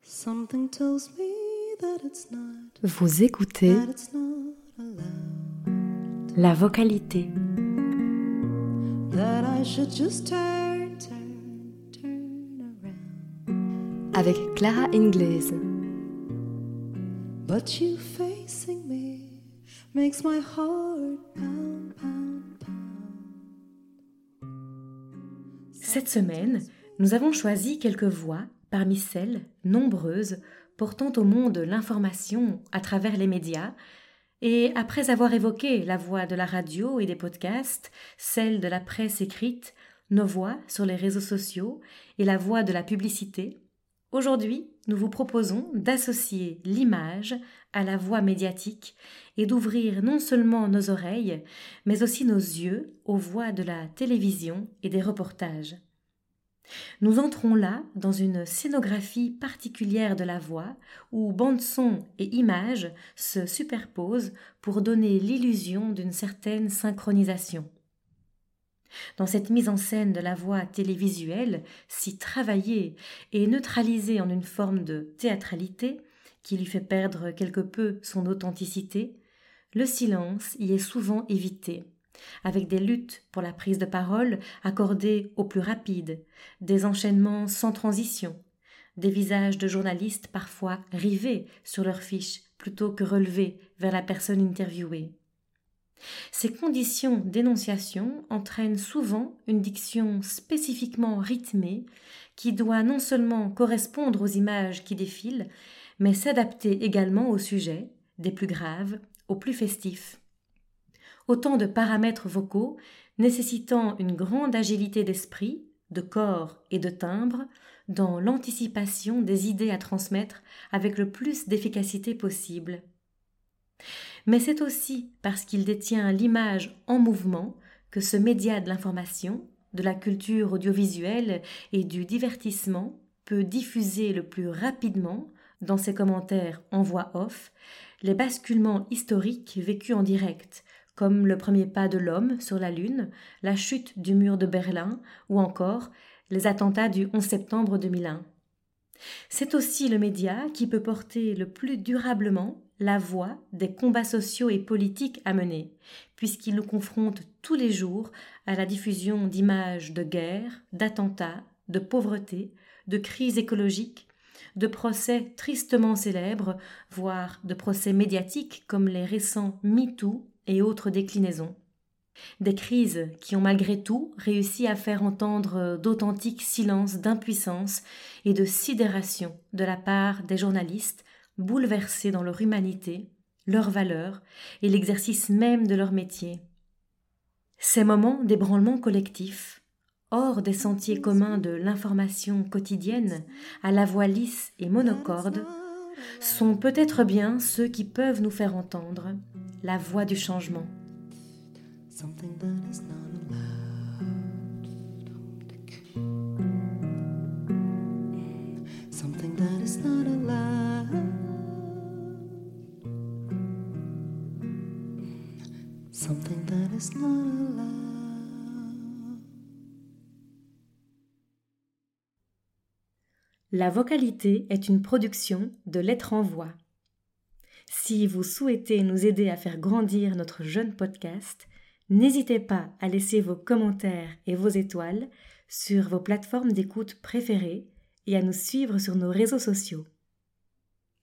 Something tells me that it's not, Vous écoutez that it's not allowed, la vocalité, that I should just turn around. avec Clara Ingles. But you facing me makes my heart pound, pound, pound. Cette semaine, nous avons choisi quelques voix parmi celles, nombreuses, portant au monde l'information à travers les médias, et après avoir évoqué la voix de la radio et des podcasts, celle de la presse écrite, nos voix sur les réseaux sociaux et la voix de la publicité, aujourd'hui, nous vous proposons d'associer l'image à la voix médiatique et d'ouvrir non seulement nos oreilles, mais aussi nos yeux aux voix de la télévision et des reportages. Nous entrons là dans une scénographie particulière de la voix où bande-son et images se superposent pour donner l'illusion d'une certaine synchronisation. Dans cette mise en scène de la voix télévisuelle, si travaillée et neutralisée en une forme de théâtralité qui lui fait perdre quelque peu son authenticité, le silence y est souvent évité, avec des luttes pour la prise de parole accordées au plus rapide, des enchaînements sans transition, des visages de journalistes parfois rivés sur leurs fiches plutôt que relevés vers la personne interviewée. Ces conditions d'énonciation entraînent souvent une diction spécifiquement rythmée qui doit non seulement correspondre aux images qui défilent, mais s'adapter également aux sujets, des plus graves aux plus festifs. Autant de paramètres vocaux nécessitant une grande agilité d'esprit, de corps et de timbre dans l'anticipation des idées à transmettre avec le plus d'efficacité possible. Mais c'est aussi parce qu'il détient l'image en mouvement que ce média de l'information, de la culture audiovisuelle et du divertissement peut diffuser le plus rapidement, dans ses commentaires en voix off, les basculements historiques vécus en direct, comme le premier pas de l'homme sur la Lune, la chute du mur de Berlin ou encore les attentats du 11 septembre 2001. C'est aussi le média qui peut porter le plus durablement la voix des combats sociaux et politiques à mener, puisqu'il nous confronte tous les jours à la diffusion d'images de guerre, d'attentats, de pauvreté, de crises écologiques, de procès tristement célèbres, voire de procès médiatiques comme les récents MeToo et autres déclinaisons. Des crises qui ont malgré tout réussi à faire entendre d'authentiques silences d'impuissance et de sidération de la part des journalistes bouleversés dans leur humanité, leurs valeurs et l'exercice même de leur métier. Ces moments d'ébranlement collectif, hors des sentiers communs de l'information quotidienne, à la voix lisse et monocorde, sont peut-être bien ceux qui peuvent nous faire entendre la voix du changement. Something that is not allowed. Something that is not allowed. Something that is not allowed. La vocalité est une production de Lettres en Voix. Si vous souhaitez nous aider à faire grandir notre jeune podcast, n'hésitez pas à laisser vos commentaires et vos étoiles sur vos plateformes d'écoute préférées et à nous suivre sur nos réseaux sociaux.